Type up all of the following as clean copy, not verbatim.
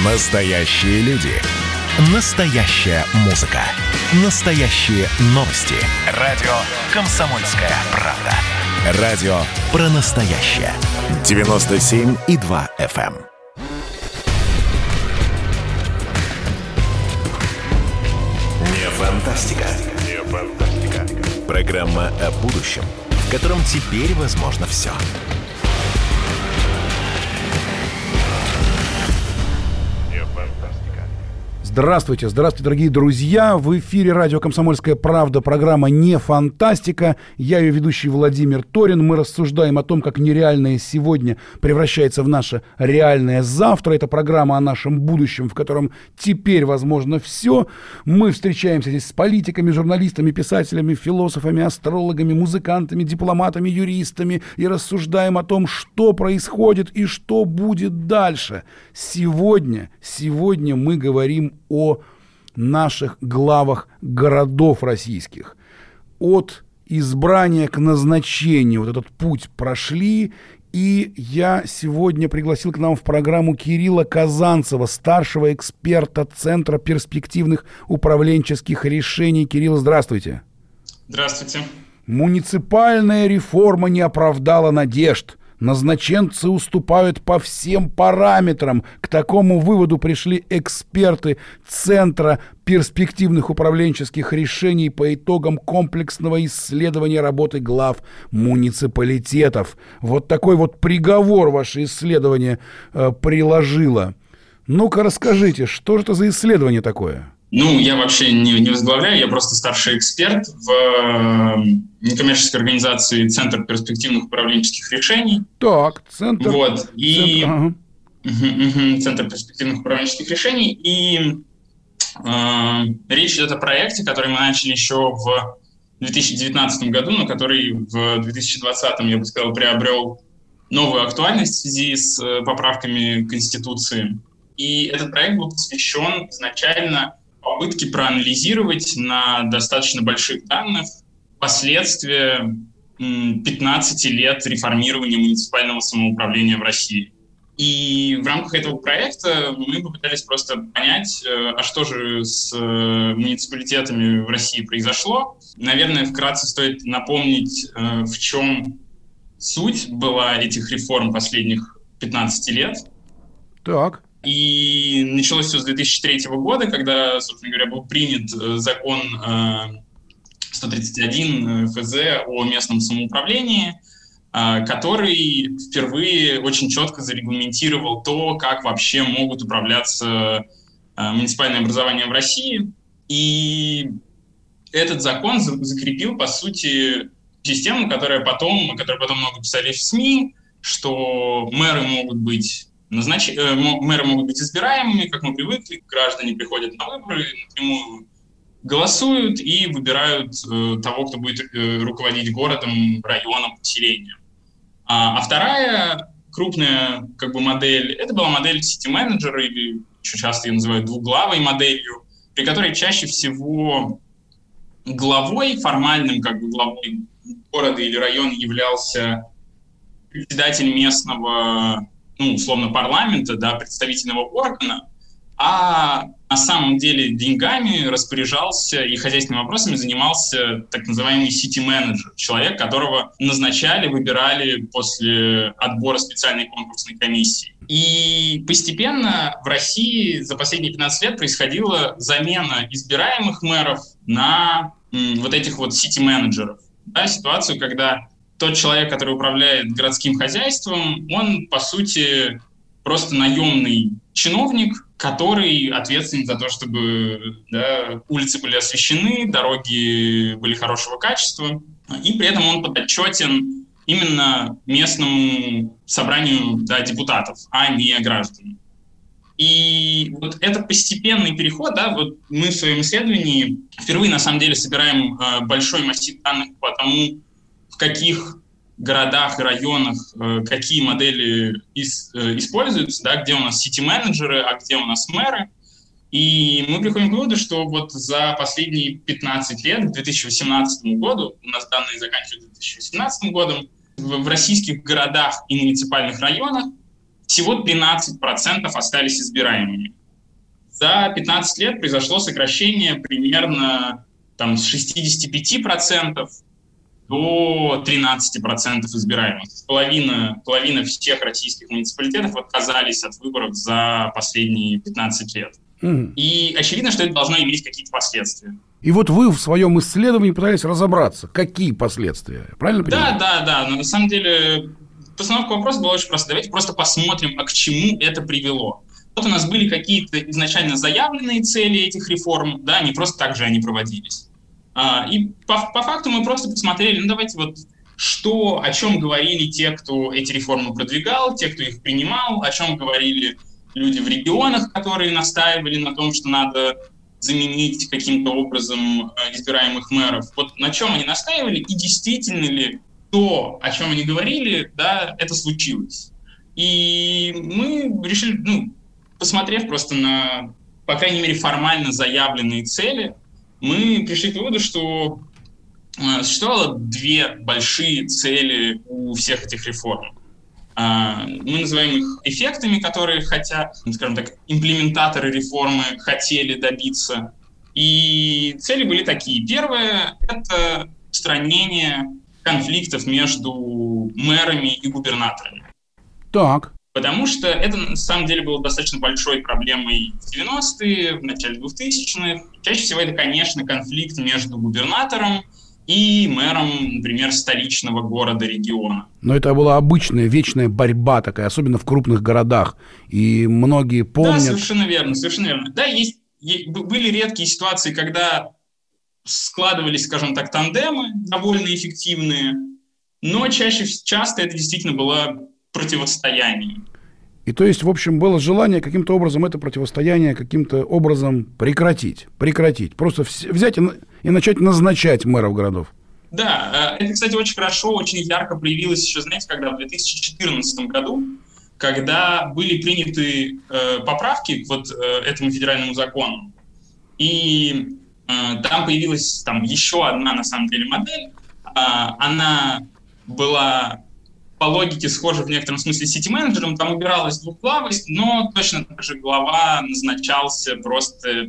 Настоящие люди. Настоящая музыка. Настоящие новости. Радио «Комсомольская правда». Радио про настоящее. 97,2 FM. Не фантастика. Не фантастика. Программа о будущем, в котором теперь возможно все. Здравствуйте, дорогие друзья! В эфире радио «Комсомольская правда», программа «Не фантастика». Я ее ведущий Владимир Торин. Мы рассуждаем о том, как нереальное сегодня превращается в наше реальное завтра. Это программа о нашем будущем, в котором теперь возможно все. Мы встречаемся здесь с политиками, журналистами, писателями, философами, астрологами, музыкантами, дипломатами, юристами и рассуждаем о том, что происходит и что будет дальше. Сегодня мы говорим о наших главах городов российских. От избрания к назначению вот этот путь прошли, и я сегодня пригласил к нам в программу Кирилла Казанцева, старшего эксперта Центра перспективных управленческих решений. Кирилл, здравствуйте. Здравствуйте. Муниципальная реформа не оправдала надежд. Назначенцы уступают по всем параметрам. К такому выводу пришли эксперты Центра перспективных управленческих решений по итогам комплексного исследования работы глав муниципалитетов. Вот такой вот приговор ваше исследование приложило. Ну-ка расскажите, что же это за исследование такое? Ну, я вообще не возглавляю, я просто старший эксперт в некоммерческой организации Центр перспективных управленческих решений. Так, Центр. Вот, и Центр, Центр перспективных управленческих решений. И речь идет о проекте, который мы начали еще в 2019 году, но который в 2020, я бы сказал, приобрел новую актуальность в связи с поправками Конституции. И этот проект был посвящен изначально попытки проанализировать на достаточно больших данных последствия 15 лет реформирования муниципального самоуправления в России. И в рамках этого проекта мы попытались просто понять, а что же с муниципалитетами в России произошло. Наверное, вкратце стоит напомнить, в чем суть была этих реформ последних 15 лет. Так. И началось все с 2003 года, когда, собственно говоря, был принят закон 131 ФЗ о местном самоуправлении, который впервые очень четко зарегламентировал то, как вообще могут управляться муниципальные образования в России. И этот закон закрепил, по сути, систему, которая потом много писали в СМИ, что мэры могут быть избираемыми, как мы привыкли, граждане приходят на выборы, напрямую голосуют и выбирают того, кто будет руководить городом, районом, поселением. А вторая крупная модель, это была модель сити-менеджера, или еще часто ее называют двуглавой моделью, при которой чаще всего главой, формальным главой города или района являлся председатель местного, условно, парламента, представительного органа, а на самом деле деньгами распоряжался и хозяйственными вопросами занимался так называемый сити-менеджер, человек, которого назначали, выбирали после отбора специальной конкурсной комиссии. И постепенно в России за последние 15 лет происходила замена избираемых мэров на вот этих вот сити-менеджеров. Ситуацию, когда тот человек, который управляет городским хозяйством, он, по сути, просто наемный чиновник, который ответственен за то, чтобы улицы были освещены, дороги были хорошего качества, и при этом он подотчетен именно местному собранию депутатов, а не гражданам. И вот это постепенный переход, мы в своем исследовании впервые, на самом деле, собираем большой массив данных по тому, в каких городах и районах какие модели используются, где у нас сити-менеджеры, а где у нас мэры. И мы приходим к выводу, что вот за последние 15 лет, к 2018 году, у нас данные заканчиваются 2018 годом, в российских городах и муниципальных районах всего 13% остались избираемыми. За 15 лет произошло сокращение примерно с 65% до 13% избираемых. Половина всех российских муниципалитетов отказались от выборов за последние 15 лет. И очевидно, что это должно иметь какие-то последствия. И вот вы в своем исследовании пытались разобраться, какие последствия, правильно понимаю? Да. Но на самом деле постановка вопроса была очень проста. Давайте просто посмотрим, к чему это привело. Вот у нас были какие-то изначально заявленные цели этих реформ, да, не просто так же они проводились. И по факту мы просто посмотрели, давайте о чем говорили те, кто эти реформы продвигал, те, кто их принимал, о чем говорили люди в регионах, которые настаивали на том, что надо заменить каким-то образом избираемых мэров. Вот на чем они настаивали, и действительно ли то, о чем они говорили, да, это случилось. И мы решили, посмотрев просто на, по крайней мере, формально заявленные цели, мы пришли к выводу, что существовало две большие цели у всех этих реформ. Мы называем их эффектами, которые имплементаторы реформы хотели добиться. И цели были такие. Первое – это устранение конфликтов между мэрами и губернаторами. Так. Потому что это, на самом деле, было достаточно большой проблемой в 90-е, в начале 2000-х. Чаще всего это, конечно, конфликт между губернатором и мэром, например, столичного города-региона. Но это была обычная, вечная борьба такая, особенно в крупных городах. И многие помнят... Да, совершенно верно. Да, были редкие ситуации, когда складывались, скажем так, тандемы довольно эффективные, но часто это действительно было противостояние. И то есть, в общем, было желание каким-то образом это противостояние каким-то образом прекратить. Просто взять и начать назначать мэров городов. Да, это, кстати, очень хорошо, очень ярко проявилось еще, знаете, когда в 2014 году, когда были приняты поправки к этому федеральному закону, и там появилась еще одна, на самом деле, модель. Она была по логике схожа в некотором смысле с сити-менеджером, там убиралась двухглавость, но точно так же глава назначался просто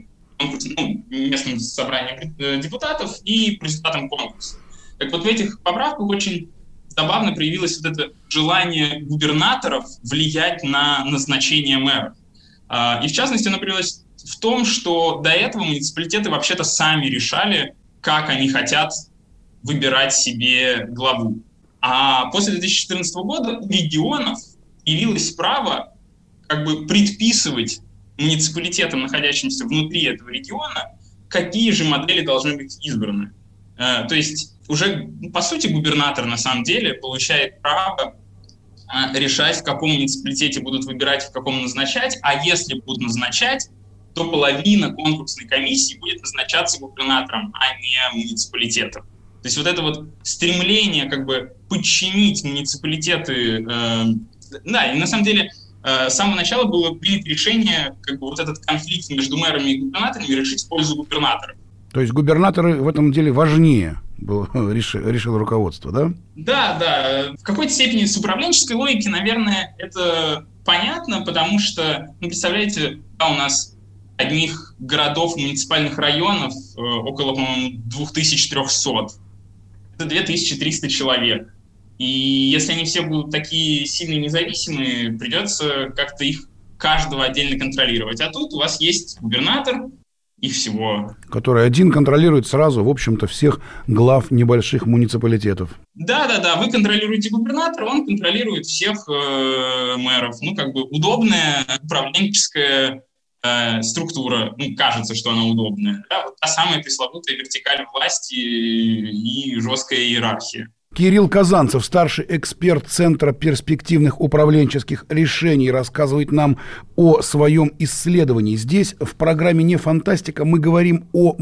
местным собранием депутатов и по результатам конкурса. Так вот в этих поправках очень забавно проявилось это желание губернаторов влиять на назначение мэров. И в частности оно проявилось в том, что до этого муниципалитеты вообще-то сами решали, как они хотят выбирать себе главу. А после 2014 года у регионов появилось право предписывать муниципалитетам, находящимся внутри этого региона, какие же модели должны быть избраны. То есть уже, по сути, губернатор на самом деле получает право решать, в каком муниципалитете будут выбирать, в каком назначать, а если будут назначать, то половина конкурсной комиссии будет назначаться губернатором, а не муниципалитетом. То есть это стремление подчинить муниципалитеты, и на самом деле с самого начала было принято решение этот конфликт между мэрами и губернаторами решить в пользу губернаторов. То есть губернаторы в этом деле важнее, решило руководство, да? Да. В какой-то степени с управленческой логики, наверное, это понятно, потому что, представляете, у нас одних городов, муниципальных районов около, по-моему, 2300. Это 2300 человек. И если они все будут такие сильно независимые, придется как-то их каждого отдельно контролировать. А тут у вас есть губернатор, их всего. Который один контролирует сразу, в общем-то, всех глав небольших муниципалитетов. Да. Вы контролируете губернатора, он контролирует всех мэров. Удобная управленческая структура, кажется, что она удобная. Да? Та самая пресловутая вертикаль власти и жесткая иерархия. Кирилл Казанцев, старший эксперт Центра перспективных управленческих решений, рассказывает нам о своем исследовании. Здесь в программе «Не фантастика» мы говорим о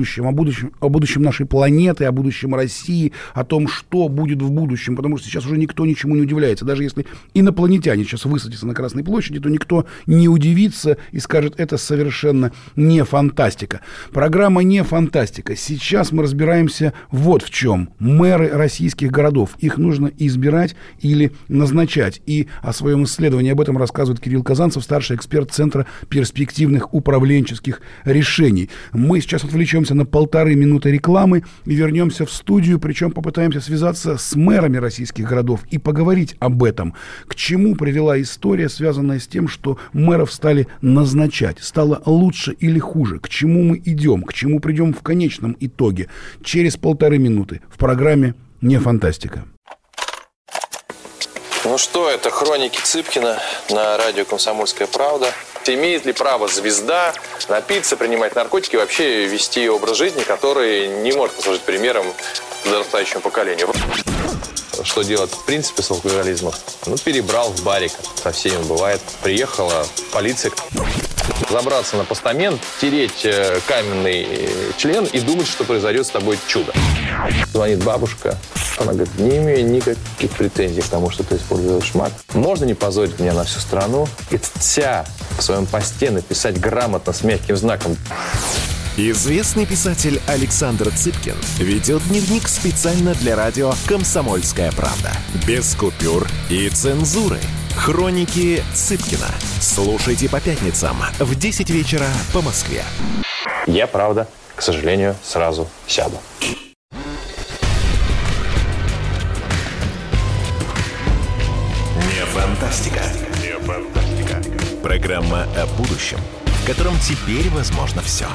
будущем нашей планеты, о будущем России, о том, что будет в будущем, потому что сейчас уже никто ничему не удивляется. Даже если инопланетяне сейчас высадятся на Красной площади, то никто не удивится и скажет, это совершенно не фантастика. Программа «Не фантастика». Сейчас мы разбираемся вот в чем. Мэры российских российских городов. Их нужно избирать или назначать. И о своем исследовании об этом рассказывает Кирилл Казанцев, старший эксперт Центра перспективных управленческих решений. Мы сейчас отвлечемся на 1,5 минуты рекламы и вернемся в студию, причем попытаемся связаться с мэрами российских городов и поговорить об этом. К чему привела история, связанная с тем, что мэров стали назначать? Стало лучше или хуже? К чему мы идем? К чему придем в конечном итоге? Через 1,5 минуты в программе «Не фантастика». Ну что, это хроники Цыпкина на радио «Комсомольская правда». Имеет ли право звезда напиться, принимать наркотики и вообще вести образ жизни, который не может послужить примером подрастающему поколению? Что делать в принципе с алкоголизмом? Ну, перебрал в барик. Со всеми бывает. Приехала полиция. Забраться на постамент, тереть каменный член и думать, что произойдет с тобой чудо. Звонит бабушка. Она говорит, не имею никаких претензий к тому, что ты используешь мат. Можно не позорить меня на всю страну и вся в своем посте написать грамотно с мягким знаком. Известный писатель Александр Цыпкин ведет дневник специально для радио «Комсомольская правда». Без купюр и цензуры. Хроники Цыпкина. Слушайте по пятницам в 10 вечера по Москве. Я, правда, к сожалению, сразу сяду. Не фантастика. Не фантастика. Программа о будущем, в котором теперь возможно все.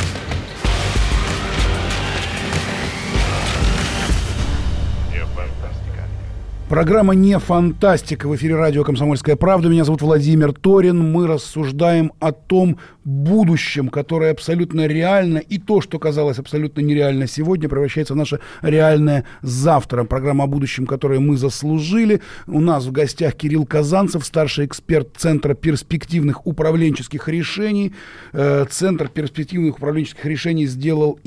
Программа «Не фантастика». В эфире радио «Комсомольская правда». Меня зовут Владимир Торин. Мы рассуждаем о том будущем, которое абсолютно реально. И то, что казалось абсолютно нереально сегодня, превращается в наше реальное завтра. Программа о будущем, которое мы заслужили. У нас в гостях Кирилл Казанцев, старший эксперт Центра перспективных управленческих решений. Центр перспективных управленческих решений сделал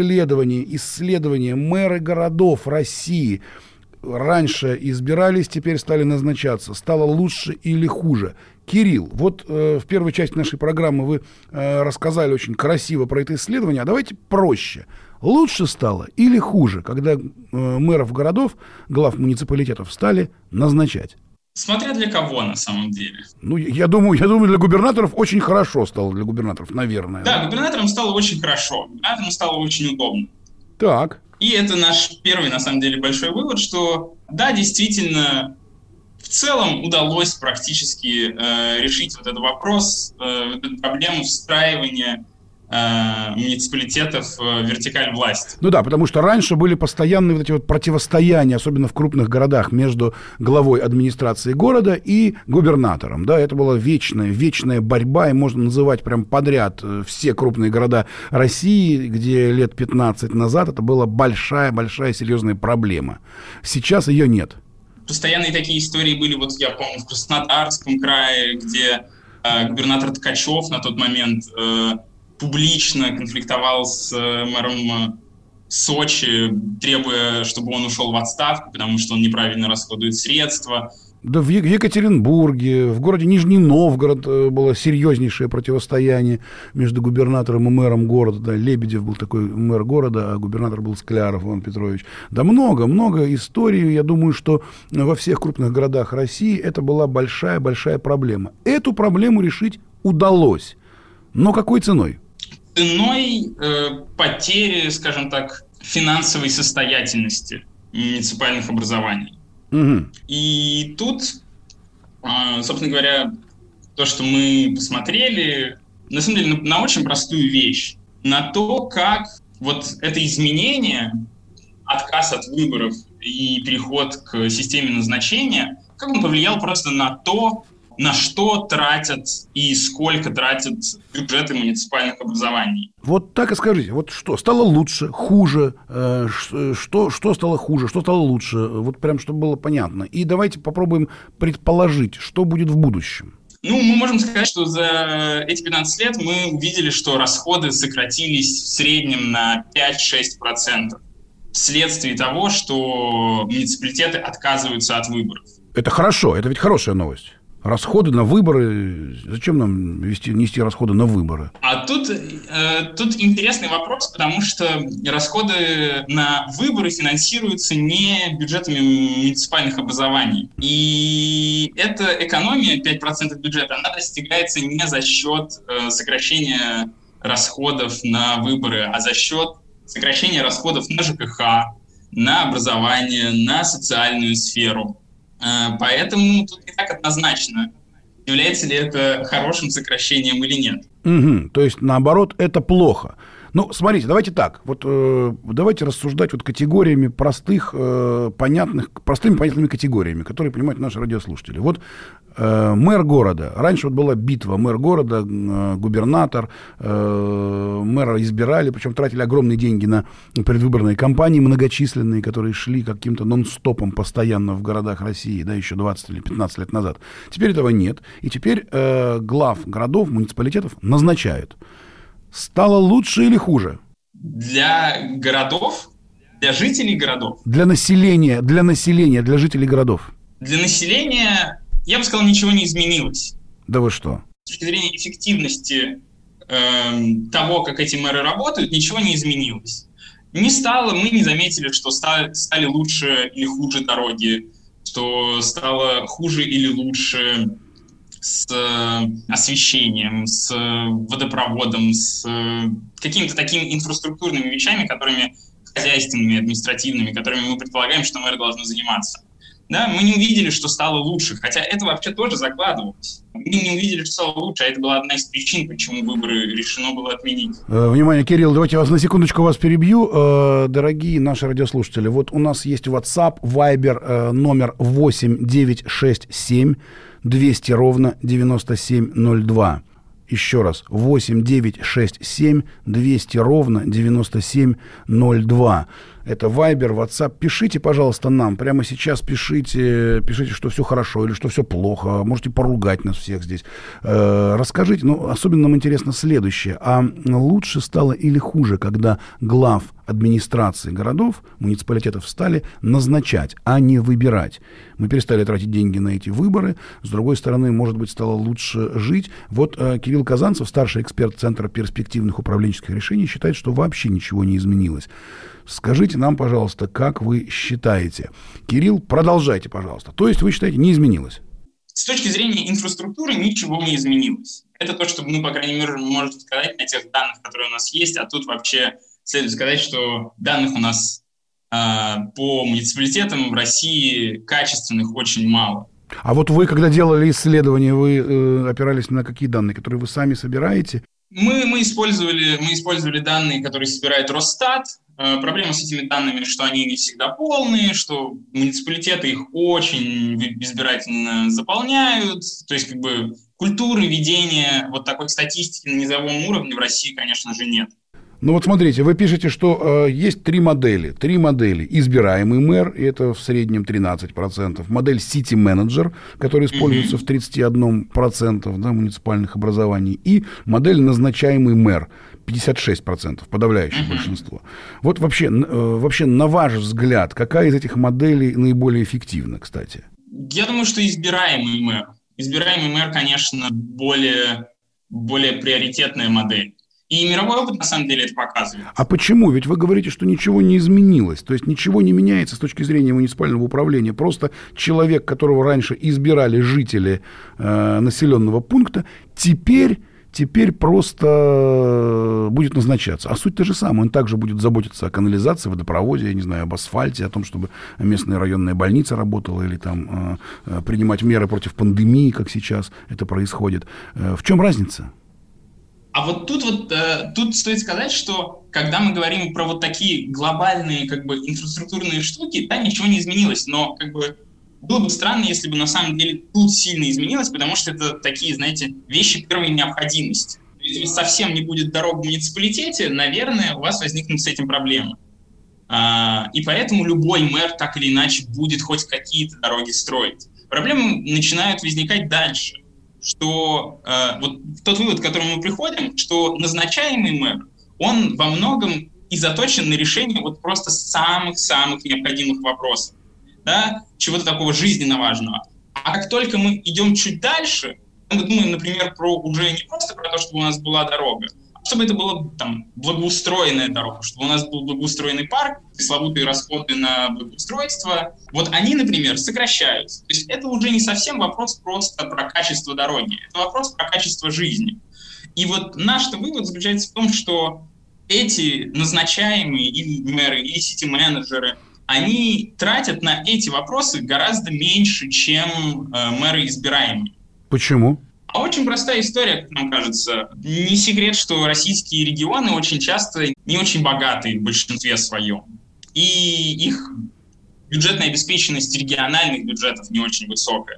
исследование мэры городов России. Раньше избирались, теперь стали назначаться. Стало лучше или хуже? Кирилл, вот в первой части нашей программы вы рассказали очень красиво про это исследование. А давайте проще. Лучше стало или хуже, когда мэров городов, глав муниципалитетов стали назначать? Смотря для кого на самом деле. Ну, я думаю, для губернаторов очень хорошо стало, для губернаторов, наверное. Да, губернаторам стало очень хорошо. Губернаторам стало очень удобно. Так. И это наш первый, на самом деле, большой вывод, что, да, действительно, в целом удалось практически решить вот этот вопрос, эту проблему встраивания муниципалитетов в вертикаль власти. Ну да, потому что раньше были постоянные вот эти вот противостояния, особенно в крупных городах, между главой администрации города и губернатором. Да, это была вечная борьба, и можно называть прям подряд все крупные города России, где лет 15 назад это была большая серьезная проблема. Сейчас ее нет. Постоянные такие истории были, вот я помню, в Краснодарском крае, где губернатор Ткачев на тот момент публично конфликтовал с мэром Сочи, требуя, чтобы он ушел в отставку, потому что он неправильно расходует средства. Да, в Екатеринбурге, в городе Нижний Новгород было серьезнейшее противостояние между губернатором и мэром города. Да, Лебедев был такой мэр города, а губернатор был Скляров Иван Петрович. Да, много историй. Я думаю, что во всех крупных городах России это была большая проблема. Эту проблему решить удалось. Но какой ценой? Ценой потери, скажем так, финансовой состоятельности муниципальных образований. Угу. И тут, собственно говоря, то, что мы посмотрели, на самом деле, на очень простую вещь. На то, как вот это изменение, отказ от выборов и переход к системе назначения, как он повлиял просто на то, на что тратят и сколько тратят бюджеты муниципальных образований. Вот так и скажите, вот что, стало лучше, хуже, что стало хуже, что стало лучше, вот прям, чтобы было понятно. И давайте попробуем предположить, что будет в будущем. Ну, мы можем сказать, что за эти 15 лет мы увидели, что расходы сократились в среднем на 5-6% вследствие того, что муниципалитеты отказываются от выборов. Это хорошо, это ведь хорошая новость. Расходы на выборы. Зачем нам нести расходы на выборы? А тут интересный вопрос, потому что расходы на выборы финансируются не бюджетами муниципальных образований. И эта экономия, 5% бюджета, она достигается не за счет сокращения расходов на выборы, а за счет сокращения расходов на ЖКХ, на образование, на социальную сферу. Поэтому тут не так однозначно, является ли это хорошим сокращением или нет. Угу, то есть, наоборот, это плохо. Ну, смотрите, давайте так. Вот давайте рассуждать вот категориями простыми, понятными категориями, которые понимают наши радиослушатели. Вот мэр города. Раньше вот была битва. Мэр города, губернатор, мэра избирали, причем тратили огромные деньги на предвыборные кампании многочисленные, которые шли каким-то нон-стопом постоянно в городах России, да, еще 20 или 15 лет назад. Теперь этого нет. И теперь глав городов, муниципалитетов назначают. Стало лучше или хуже? Для городов? Для жителей городов? Для населения, для жителей городов. Для населения, я бы сказал, ничего не изменилось. Да вы что? С точки зрения эффективности того, как эти мэры работают, ничего не изменилось. Мы не заметили, что стали лучше или хуже дороги, что стало хуже или лучше с освещением, с водопроводом, с какими-то такими инфраструктурными вещами, хозяйственными, административными, которыми мы предполагаем, что мэры должны заниматься. Да, мы не увидели, что стало лучше, хотя это вообще тоже закладывалось. Мы не увидели, что стало лучше, а это была одна из причин, почему выборы решено было отменить. Внимание, Кирилл, давайте я на секундочку вас перебью. Дорогие наши радиослушатели, вот у нас есть WhatsApp, Viber, номер 8967 200 ровно 9702. Еще раз, 8967 200 ровно 9702. Это Viber, WhatsApp. Пишите, пожалуйста, нам. Прямо сейчас пишите, что все хорошо или что все плохо. Можете поругать нас всех здесь. Расскажите, особенно нам интересно следующее. А лучше стало или хуже, когда глав администрации городов, муниципалитетов стали назначать, а не выбирать? Мы перестали тратить деньги на эти выборы. С другой стороны, может быть, стало лучше жить. Вот Кирилл Казанцев, старший эксперт Центра перспективных управленческих решений, считает, что вообще ничего не изменилось. Скажите нам, пожалуйста, как вы считаете? Кирилл, продолжайте, пожалуйста. То есть вы считаете, не изменилось? С точки зрения инфраструктуры ничего не изменилось. Это то, что мы, по крайней мере, можем сказать на тех данных, которые у нас есть. А тут вообще следует сказать, что данных у нас по муниципалитетам в России качественных очень мало. А вот вы, когда делали исследования, вы опирались на какие данные, которые вы сами собираете? Мы использовали данные, которые собирает Росстат. Проблема с этими данными, что они не всегда полные, что муниципалитеты их очень избирательно заполняют. То есть, культуры ведения вот такой статистики на низовом уровне в России, конечно же, нет. Ну вот смотрите, вы пишете, что есть три модели. Избираемый мэр, и это в среднем 13%. Модель City Manager, которая используется в 31% муниципальных образований. И модель назначаемый мэр, 56%, подавляющее большинство. Вот вообще, на ваш взгляд, какая из этих моделей наиболее эффективна, кстати? Я думаю, что избираемый мэр. Избираемый мэр, конечно, более приоритетная модель. И мировой опыт, на самом деле, это показывает. А почему? Ведь вы говорите, что ничего не изменилось. То есть ничего не меняется с точки зрения муниципального управления. Просто человек, которого раньше избирали жители населенного пункта, теперь просто будет назначаться. А суть та же самая. Он также будет заботиться о канализации, водопроводе, я не знаю, об асфальте, о том, чтобы местная районная больница работала или там принимать меры против пандемии, как сейчас это происходит. В чем разница? А вот тут стоит сказать, что когда мы говорим про вот такие глобальные инфраструктурные штуки, да, ничего не изменилось, но было бы странно, если бы на самом деле тут сильно изменилось, потому что это такие, знаете, вещи первой необходимости. Если совсем не будет дорог в муниципалитете, наверное, у вас возникнут с этим проблемы. И поэтому любой мэр так или иначе будет хоть какие-то дороги строить. Проблемы начинают возникать дальше. Что вот тот вывод, к которому мы приходим, что назначаемый мэр, он во многом и заточен на решение вот просто самых-самых необходимых вопросов, да, чего-то такого жизненно важного. А как только мы идем чуть дальше, мы думаем, например, уже не просто про то, чтобы у нас была дорога, а чтобы это была там благоустроенная дорога, чтобы у нас был благоустроенный парк, пресловутые расходы на благоустройство. Вот они, например, сокращаются. То есть это уже не совсем вопрос просто про качество дороги, это вопрос про качество жизни. И вот наш вывод заключается в том, что эти назначаемые или мэры, или сити-менеджеры, они тратят на эти вопросы гораздо меньше, чем мэры избираемые. Почему? А очень простая история, как нам кажется. Не секрет, что российские регионы очень часто не очень богатые в большинстве своем. И их бюджетная обеспеченность региональных бюджетов не очень высокая.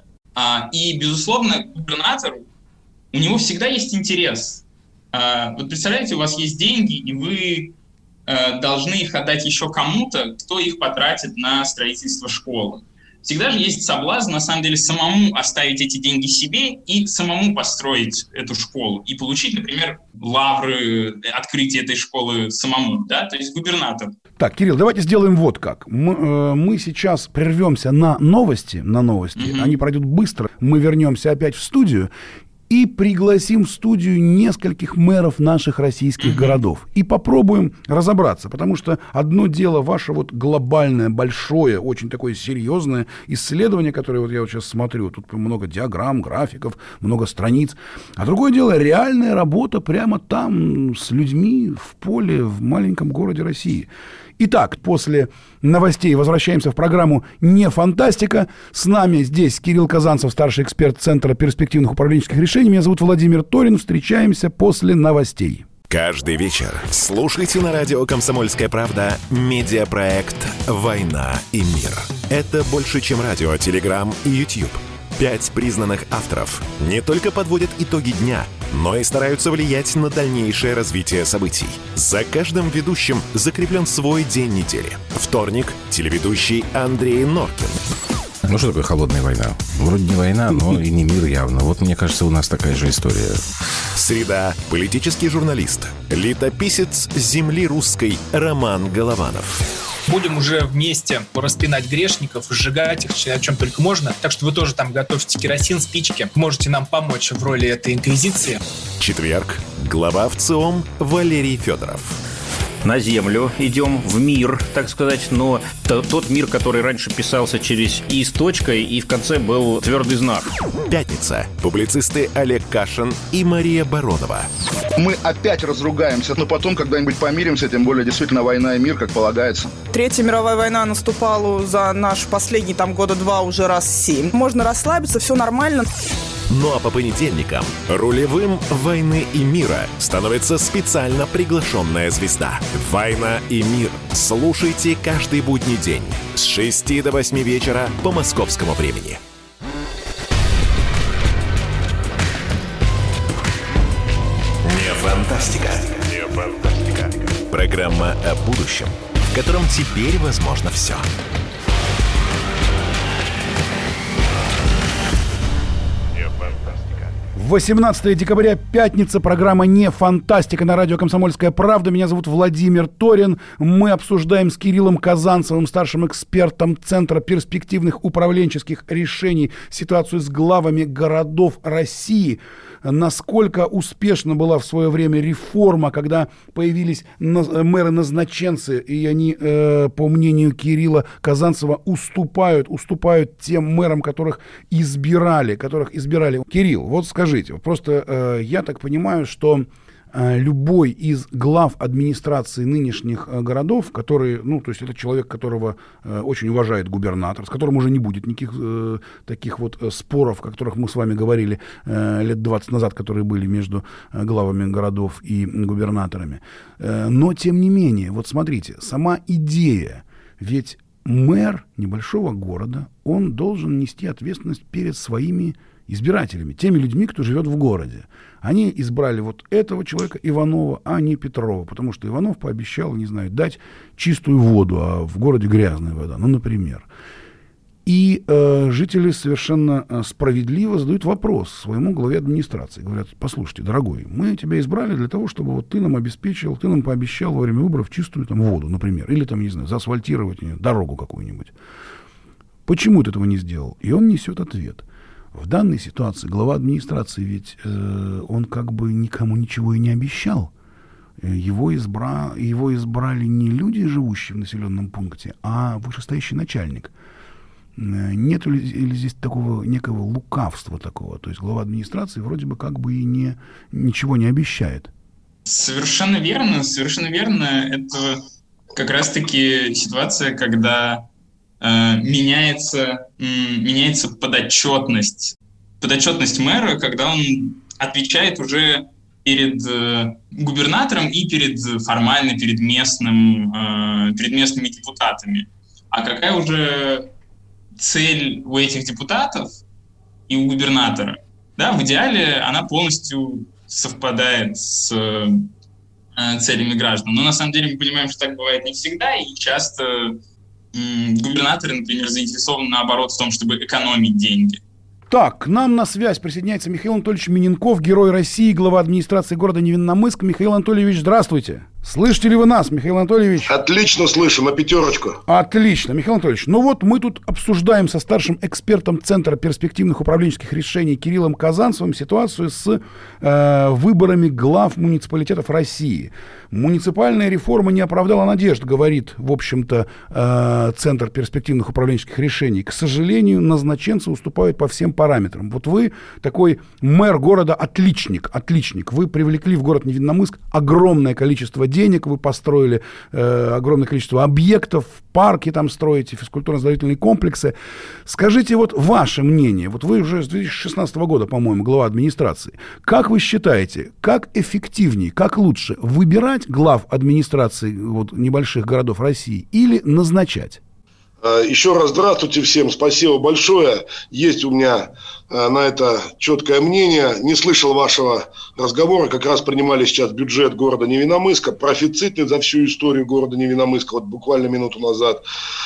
И, безусловно, губернатору, у него всегда есть интерес. Вот представляете, у вас есть деньги, и вы должны их отдать еще кому-то, кто их потратит на строительство школы. Всегда же есть соблазн, на самом деле, самому оставить эти деньги себе и самому построить эту школу и получить, например, лавры открытия этой школы самому, да, то есть губернатор. Так, Кирилл, давайте сделаем вот как. Мы сейчас прервемся на новости, они пройдут быстро, мы вернемся опять в студию и пригласим в студию нескольких мэров наших российских городов. И попробуем разобраться, потому что одно дело ваше вот глобальное, большое, очень такое серьезное исследование, которое вот я вот сейчас смотрю, тут много диаграмм, графиков, много страниц. А другое дело реальная работа прямо там с людьми в поле, в маленьком городе России. Итак, после новостей возвращаемся в программу «Не фантастика». С нами здесь Кирилл Казанцев, старший эксперт Центра перспективных управленческих решений. Меня зовут Владимир Торин. Встречаемся после новостей. Каждый вечер слушайте на радио «Комсомольская правда» медиапроект «Война и мир». Это больше, чем радио, телеграм и YouTube. 5 признанных авторов не только подводят итоги дня, но и стараются влиять на дальнейшее развитие событий. За каждым ведущим закреплен свой день недели. Вторник – телеведущий Андрей Норкин. Ну, что такое холодная война? Вроде не война, но и не мир явно. Вот, мне кажется, у нас такая же история. Среда – политический журналист, летописец земли русской Роман Голованов. Будем уже вместе распинать грешников, сжигать их, о чем только можно. Так что вы тоже там готовьте керосин, спички. Можете нам помочь в роли этой инквизиции. Четверг. Глава ВЦИОМ Валерий Федоров. На землю идем, в мир, так сказать, но тот мир, который раньше писался через «и» с точкой, и в конце был твердый знак. Пятница. Публицисты Олег Кашин и Мария Баронова. Мы опять разругаемся, но потом когда-нибудь помиримся, тем более действительно война и мир, как полагается. Третья мировая война наступала за наш последний года 2 уже раз 7. Можно расслабиться, все нормально. Ну а по понедельникам рулевым «Войны и мира» становится специально приглашенная звезда. «Война и мир». Слушайте каждый будний день с 6 до 8 вечера по московскому времени. Не фантастика. Не фантастика. Программа о будущем, в котором теперь возможно все. 18 декабря, пятница, программа «Не фантастика» на радио «Комсомольская правда». Меня зовут Владимир Торин. Мы обсуждаем с Кириллом Казанцевым, старшим экспертом Центра перспективных управленческих решений, ситуацию с главами городов России. Насколько успешна была в свое время реформа, когда появились мэры-назначенцы, и они, по мнению Кирилла Казанцева, уступают тем мэрам, которых избирали. Кирилл, вот скажите, просто я так понимаю, что любой из глав администрации нынешних городов, который, то есть это человек, которого очень уважает губернатор, с которым уже не будет никаких таких вот споров, о которых мы с вами говорили лет 20 назад, которые были между главами городов и губернаторами. Но, тем не менее, вот смотрите, сама идея, ведь мэр небольшого города, он должен нести ответственность перед своими избирателями, теми людьми, кто живет в городе. Они избрали вот этого человека, Иванова, а не Петрова, потому что Иванов пообещал, дать чистую воду, а в городе грязная вода, например. И жители совершенно справедливо задают вопрос своему главе администрации. Говорят: послушайте, дорогой, мы тебя избрали для того, чтобы вот ты нам пообещал во время выборов чистую воду, например, или заасфальтировать дорогу какую-нибудь. Почему ты этого не сделал? И он несет ответ. В данной ситуации глава администрации ведь он как бы никому ничего и не обещал. Его избрали не люди, живущие в населенном пункте, а вышестоящий начальник. Нет ли здесь такого некого лукавства такого? То есть глава администрации вроде бы как бы и ничего не обещает. Совершенно верно, совершенно верно. Это как раз-таки ситуация, когда меняется подотчетность мэра, когда он отвечает уже перед губернатором и формально перед местными депутатами. А какая уже цель у этих депутатов и у губернатора? Да, в идеале она полностью совпадает с целями граждан. Но на самом деле мы понимаем, что так бывает не всегда, и часто губернаторы, например, заинтересованы наоборот в том, чтобы экономить деньги. Так, к нам на связь присоединяется Михаил Анатольевич Миненков, герой России, глава администрации города Невинномыск. Михаил Анатольевич, здравствуйте. Слышите ли вы нас, Михаил Анатольевич? Отлично слышу, на 5. Отлично, Михаил Анатольевич. Ну вот мы тут обсуждаем со старшим экспертом Центра перспективных управленческих решений Кириллом Казанцевым ситуацию с выборами глав муниципалитетов России. Муниципальная реформа не оправдала надежд, говорит, в общем-то, Центр перспективных управленческих решений. К сожалению, назначенцы уступают по всем параметрам. Вот вы такой мэр города отличник. Вы привлекли в город Невинномыск огромное количество денег, вы построили огромное количество объектов, парки там строите, физкультурно-оздоровительные комплексы. Скажите вот ваше мнение, вот вы уже с 2016 года, по-моему, глава администрации. Как вы считаете, как эффективнее, как лучше выбирать глав администрации вот, небольших городов России или назначать? Еще раз здравствуйте всем, спасибо большое. Есть у меня на это четкое мнение. Не слышал вашего разговора, как раз принимали сейчас бюджет города Невинномыска, профицитный за всю историю города Невинномыска, вот буквально минуту назад.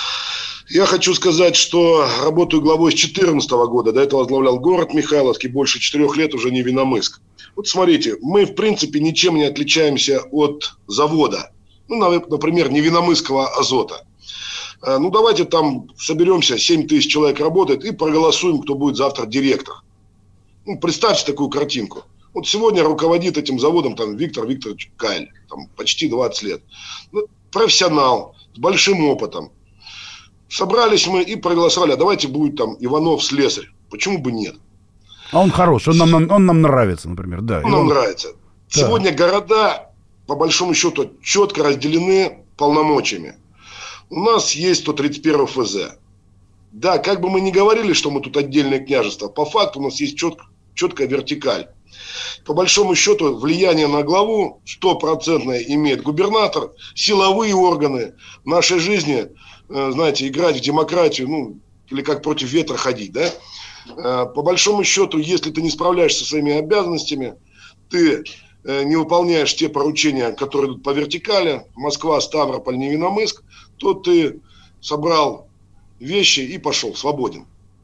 Я хочу сказать, что работаю главой с 2014 года, до этого возглавлял город Михайловский, больше 4 лет уже Невинномыск. Вот смотрите, мы в принципе ничем не отличаемся от завода, например, Невинномысского азота. Ну, давайте там соберемся, 7 тысяч человек работает, и проголосуем, кто будет завтра директор. Ну, представьте такую картинку. Вот сегодня руководит этим заводом там Виктор Викторович Кайль, там почти 20 лет. Ну, профессионал, с большим опытом. Собрались мы и проголосовали, а давайте будет там Иванов слесарь. Почему бы нет? А он хороший, он нам нравится, например. Да, он нам нравится. Да. Сегодня города, по большому счету, четко разделены полномочиями. У нас есть 131 ФЗ. Да, как бы мы ни говорили, что мы тут отдельное княжество, по факту у нас есть четкая вертикаль. По большому счету, влияние на главу 100% имеет губернатор, силовые органы в нашей жизни, знаете, играть в демократию, ну, или как против ветра ходить, да? По большому счету, если ты не справляешься со своими обязанностями, ты не выполняешь те поручения, которые идут по вертикали, Москва, Ставрополь, Невинномыск, то ты собрал вещи и пошел, свободен.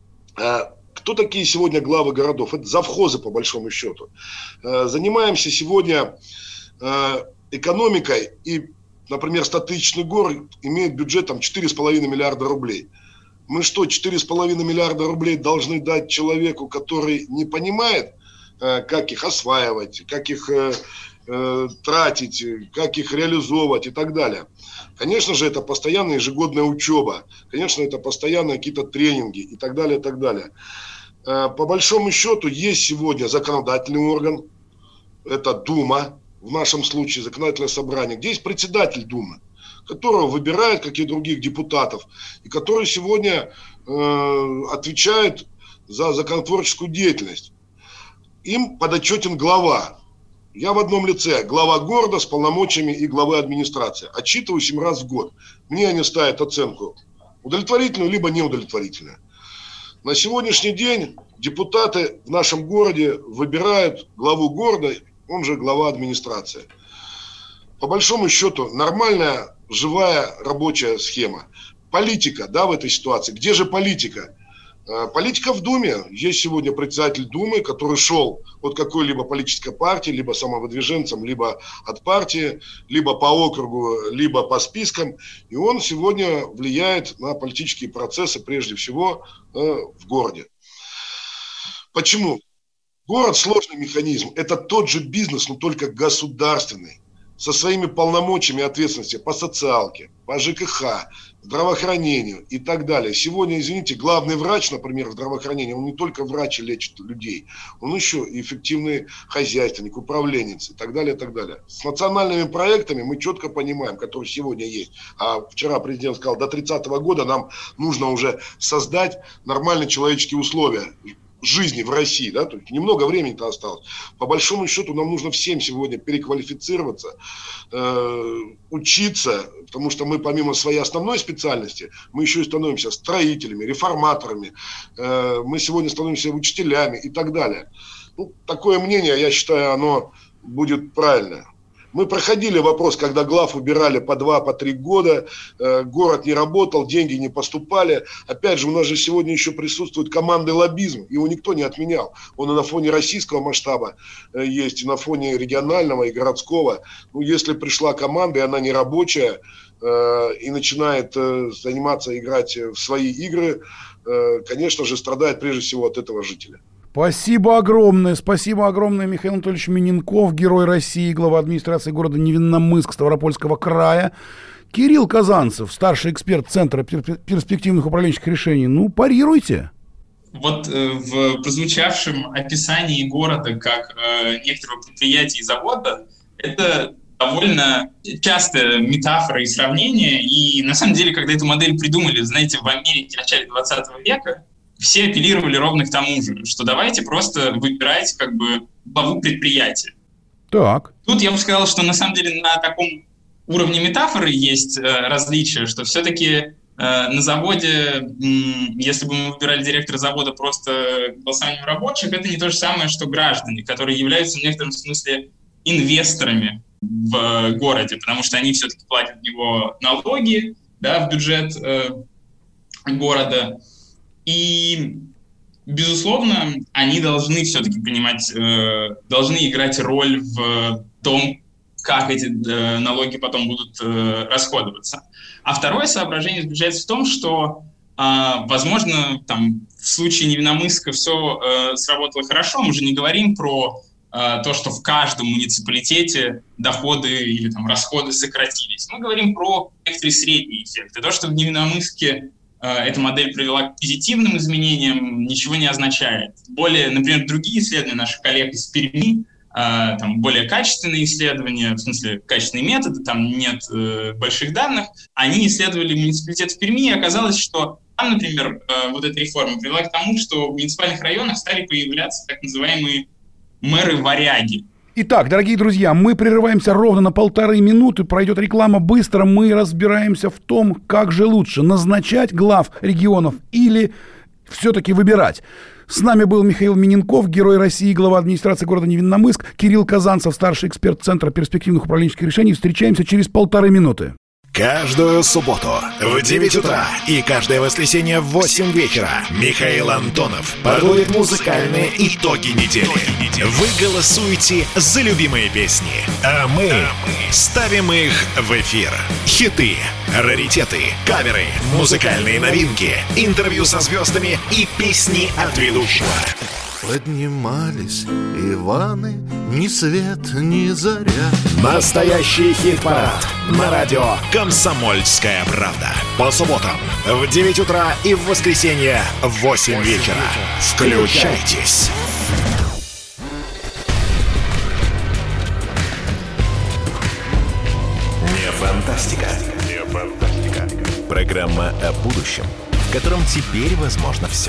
Кто такие сегодня главы городов? Это завхозы, по большому счету. Занимаемся сегодня экономикой, и, например, 100-тысячный город имеет бюджет там 4,5 миллиарда рублей. Мы что, 4,5 миллиарда рублей должны дать человеку, который не понимает, как их осваивать, как их тратить, как их реализовывать и так далее. Конечно же, это постоянная ежегодная учеба. Конечно, это постоянные какие-то тренинги и так далее, и так далее. По большому счету, есть сегодня законодательный орган, это Дума, в нашем случае законодательное собрание, где есть председатель Думы, которого выбирают, как и других депутатов, и который сегодня отвечает за законотворческую деятельность. Им подотчетен глава. Я в одном лице, глава города с полномочиями и главы администрации. Отчитываюсь им раз в год. Мне они ставят оценку удовлетворительную, либо неудовлетворительную. На сегодняшний день депутаты в нашем городе выбирают главу города, он же глава администрации. По большому счету, нормальная, живая рабочая схема. Политика, да, в этой ситуации. Где же политика? Политика в Думе. Есть сегодня председатель Думы, который шел от какой-либо политической партии, либо самовыдвиженцем, либо от партии, либо по округу, либо по спискам. И он сегодня влияет на политические процессы, прежде всего, в городе. Почему? Город – сложный механизм. Это тот же бизнес, но только государственный. Со своими полномочиями и ответственностью по социалке, по ЖКХ, здравоохранению и так далее. Сегодня, извините, главный врач, например, в здравоохранении, он не только врач и лечит людей, он еще и эффективный хозяйственник, управленец и так далее, и так далее. С национальными проектами мы четко понимаем, которые сегодня есть. А вчера президент сказал, до 30 года нам нужно уже создать нормальные человеческие условия жизни в России, да, то есть немного времени-то осталось. По большому счету нам нужно всем сегодня переквалифицироваться, учиться, потому что мы помимо своей основной специальности, мы еще и становимся строителями, реформаторами, мы сегодня становимся учителями и так далее. Ну, такое мнение, я считаю, оно будет правильное. Мы проходили вопрос, когда глав убирали по 2-3 года, город не работал, деньги не поступали. Опять же, у нас же сегодня еще присутствует командный лоббизм, его никто не отменял. Он и на фоне российского масштаба есть, и на фоне регионального и городского. Ну, если пришла команда, и она не рабочая, и начинает заниматься, играть в свои игры, конечно же, страдает прежде всего от этого жителя. Спасибо огромное, Михаил Анатольевич Миненков, герой России, глава администрации города Невинномысск Ставропольского края. Кирилл Казанцев, старший эксперт Центра перспективных управленческих решений. Ну, парируйте. Вот в прозвучавшем описании города как некоторого предприятия и завода, это довольно часто метафора и сравнение. И на самом деле, когда эту модель придумали, знаете, в Америке в начале 20 века, все апеллировали ровно к тому же, что давайте просто выбирать как бы главу предприятия. Так. Тут я бы сказал, что на самом деле на таком уровне метафоры есть различия, что все-таки на заводе, если бы мы выбирали директора завода просто голосованием рабочих, это не то же самое, что граждане, которые являются в некотором смысле инвесторами в городе, потому что они все-таки платят в него налоги, да, в бюджет города. И, безусловно, они должны все-таки принимать, должны играть роль в том, как эти налоги потом будут расходоваться. А второе соображение заключается в том, что, возможно, там, в случае Невинномысска все сработало хорошо. Мы же не говорим про то, что в каждом муниципалитете доходы или там, расходы сократились. Мы говорим про некоторые средние эффекты. То, что в Невинномысске эта модель привела к позитивным изменениям, ничего не означает. Более, например, другие исследования наших коллег из Перми, там более качественные исследования, в смысле качественные методы, там нет больших данных, они исследовали муниципалитет в Перми, и оказалось, что там, например, вот эта реформа привела к тому, что в муниципальных районах стали появляться так называемые мэры-варяги. Итак, дорогие друзья, мы прерываемся ровно на 1,5 минуты, пройдет реклама быстро, мы разбираемся в том, как же лучше, назначать глав регионов или все-таки выбирать. С нами был Михаил Миненков, герой России, глава администрации города Невинномысск, Кирилл Казанцев, старший эксперт Центра перспективных управленческих решений. Встречаемся через 1,5 минуты. Каждую субботу в 9 утра и каждое воскресенье в 8 вечера Михаил Антонов подводит музыкальные итоги недели. Вы голосуете за любимые песни, а мы ставим их в эфир. Хиты, раритеты, каверы, музыкальные новинки, интервью со звездами и песни от ведущего. Поднимались Иваны, ни свет, ни заря. Настоящий хит-парад на радио «Комсомольская правда». По субботам в 9 утра и в воскресенье в 8 вечера. Включайтесь. Не фантастика. Не фантастика. Программа о будущем, в котором теперь возможно все.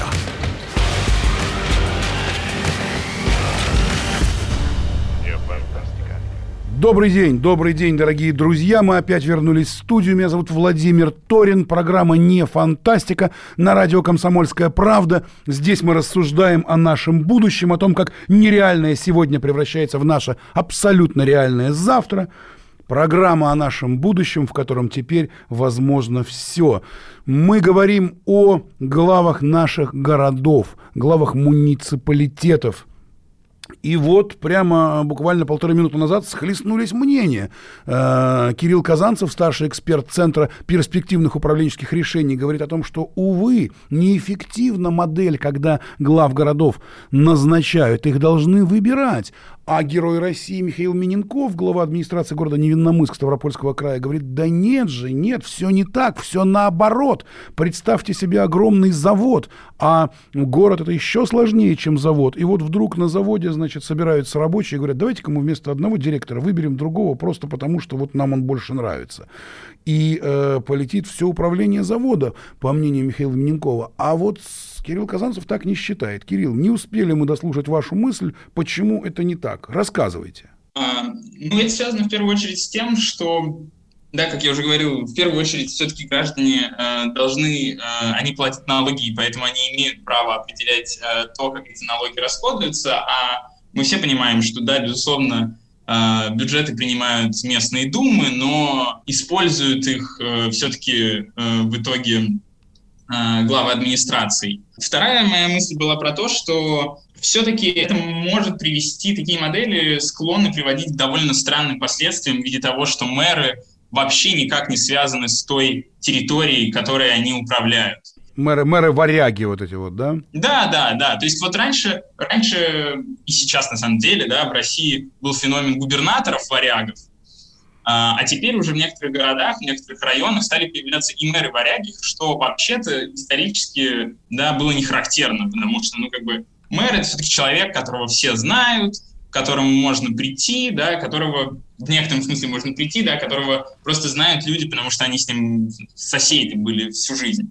Добрый день, дорогие друзья. Мы опять вернулись в студию. Меня зовут Владимир Торин. Программа «Не фантастика» на радио «Комсомольская правда». Здесь мы рассуждаем о нашем будущем, о том, как нереальное сегодня превращается в наше абсолютно реальное завтра. Программа о нашем будущем, в котором теперь возможно все. Мы говорим о главах наших городов, главах муниципалитетов. И вот прямо буквально 1,5 минуты назад схлестнулись мнения. Кирилл Казанцев, старший эксперт Центра перспективных управленческих решений, говорит о том, что, увы, неэффективна модель, когда глав городов назначают, их должны выбирать. А герой России Михаил Миненков, глава администрации города Невинномысск Ставропольского края, говорит: да нет же, нет, все не так, все наоборот. Представьте себе огромный завод, а город это еще сложнее, чем завод. И вот вдруг на заводе, значит, собираются рабочие и говорят: давайте-ка мы вместо одного директора выберем другого, просто потому что вот нам он больше нравится. И полетит все управление завода, по мнению Михаила Миненкова. А вот Кирилл Казанцев так не считает. Кирилл, не успели мы дослушать вашу мысль, почему это не так. Рассказывайте. Это связано в первую очередь с тем, что, да, как я уже говорил, в первую очередь все-таки граждане они платят налоги, и поэтому они имеют право определять то, как эти налоги расходуются. А мы все понимаем, что, да, безусловно, бюджеты принимают местные думы, но используют их все-таки в итоге главы администраций. Вторая моя мысль была про то, что все-таки это может привести, такие модели склонны приводить к довольно странным последствиям в виде того, что мэры вообще никак не связаны с той территорией, которой они управляют. Мэры-варяги вот эти вот, да? Да. То есть вот раньше и сейчас на самом деле, да, в России был феномен губернаторов-варягов, а теперь уже в некоторых городах, в некоторых районах стали появляться и мэры-варяги, что вообще-то исторически, да, было не характерно, потому что, мэр — это все-таки человек, которого все знают, к которому можно прийти, да, которого в некотором смысле можно прийти, да, которого просто знают люди, потому что они с ним соседи были всю жизнь.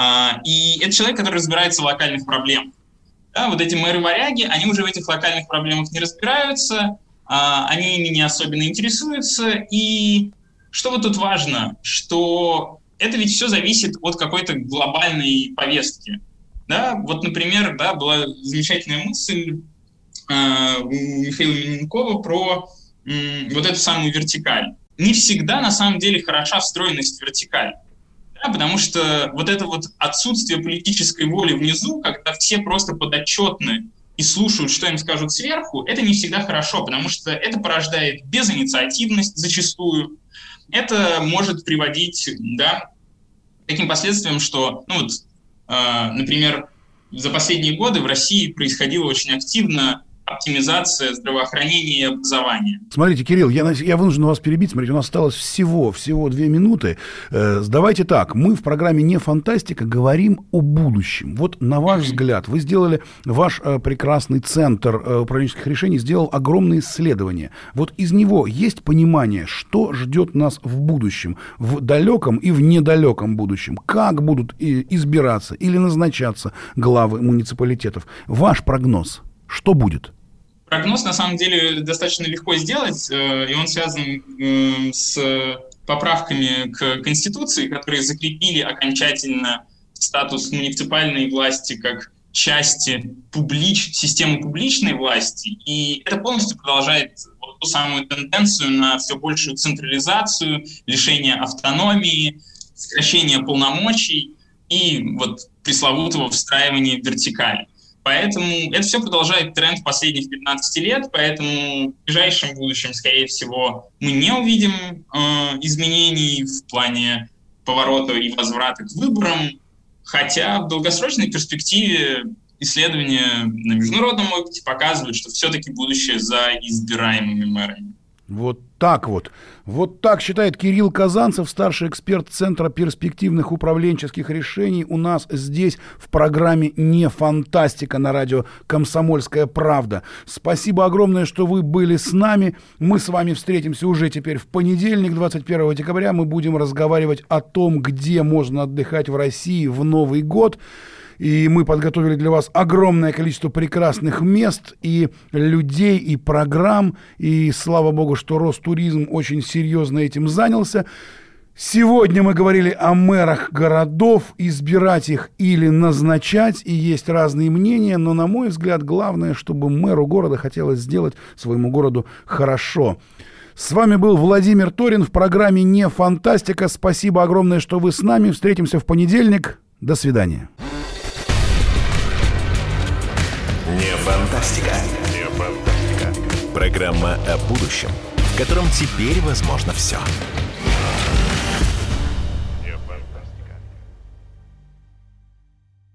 И это человек, который разбирается в локальных проблемах. Да, вот эти мэры-варяги, они уже в этих локальных проблемах не разбираются, они ими не особенно интересуются. И что вот тут важно, что это ведь все зависит от какой-то глобальной повестки. Да? Вот, например, да, была замечательная мысль у Михаила Миненкова про вот эту самую вертикаль. Не всегда на самом деле хороша встроенность в вертикаль. Да, потому что вот это вот отсутствие политической воли внизу, когда все просто подотчетны и слушают, что им скажут сверху, это не всегда хорошо, потому что это порождает безинициативность зачастую. Это может приводить, да, к таким последствиям, что, например, за последние годы в России происходила очень активно оптимизация здравоохранения и образования. Смотрите, Кирилл, я вынужден вас перебить. Смотрите, у нас осталось всего 2 минуты. Давайте так, мы в программе «Не фантастика» говорим о будущем. Вот на ваш взгляд, вы сделали, ваш прекрасный центр управленческих решений сделал огромные исследования. Вот из него есть понимание, что ждет нас в будущем, в далеком и в недалеком будущем? Как будут избираться или назначаться главы муниципалитетов? Ваш прогноз, что будет? Прогноз, на самом деле, достаточно легко сделать, и он связан с поправками к Конституции, которые закрепили окончательно статус муниципальной власти как части системы публичной власти. И это полностью продолжает вот ту самую тенденцию на все большую централизацию, лишение автономии, сокращение полномочий и вот пресловутого встраивания в вертикаль. Поэтому это все продолжает тренд последних 15 лет, поэтому в ближайшем будущем, скорее всего, мы не увидим изменений в плане поворота и возврата к выборам, хотя в долгосрочной перспективе исследования на международном опыте показывают, что все-таки будущее за избираемыми мэрами. Вот так вот. Вот так считает Кирилл Казанцев, старший эксперт Центра перспективных управленческих решений. У нас здесь в программе «Не фантастика» на радио «Комсомольская правда». Спасибо огромное, что вы были с нами. Мы с вами встретимся уже теперь в понедельник, 21 декабря. Мы будем разговаривать о том, где можно отдыхать в России в Новый год. И мы подготовили для вас огромное количество прекрасных мест и людей, и программ. И слава богу, что Ростуризм очень серьезно этим занялся. Сегодня мы говорили о мэрах городов, избирать их или назначать. И есть разные мнения, но, на мой взгляд, главное, чтобы мэру города хотелось сделать своему городу хорошо. С вами был Владимир Торин в программе «Не фантастика». Спасибо огромное, что вы с нами. Встретимся в понедельник. До свидания. Не фантастика. Не фантастика. Программа о будущем, в котором теперь возможно все.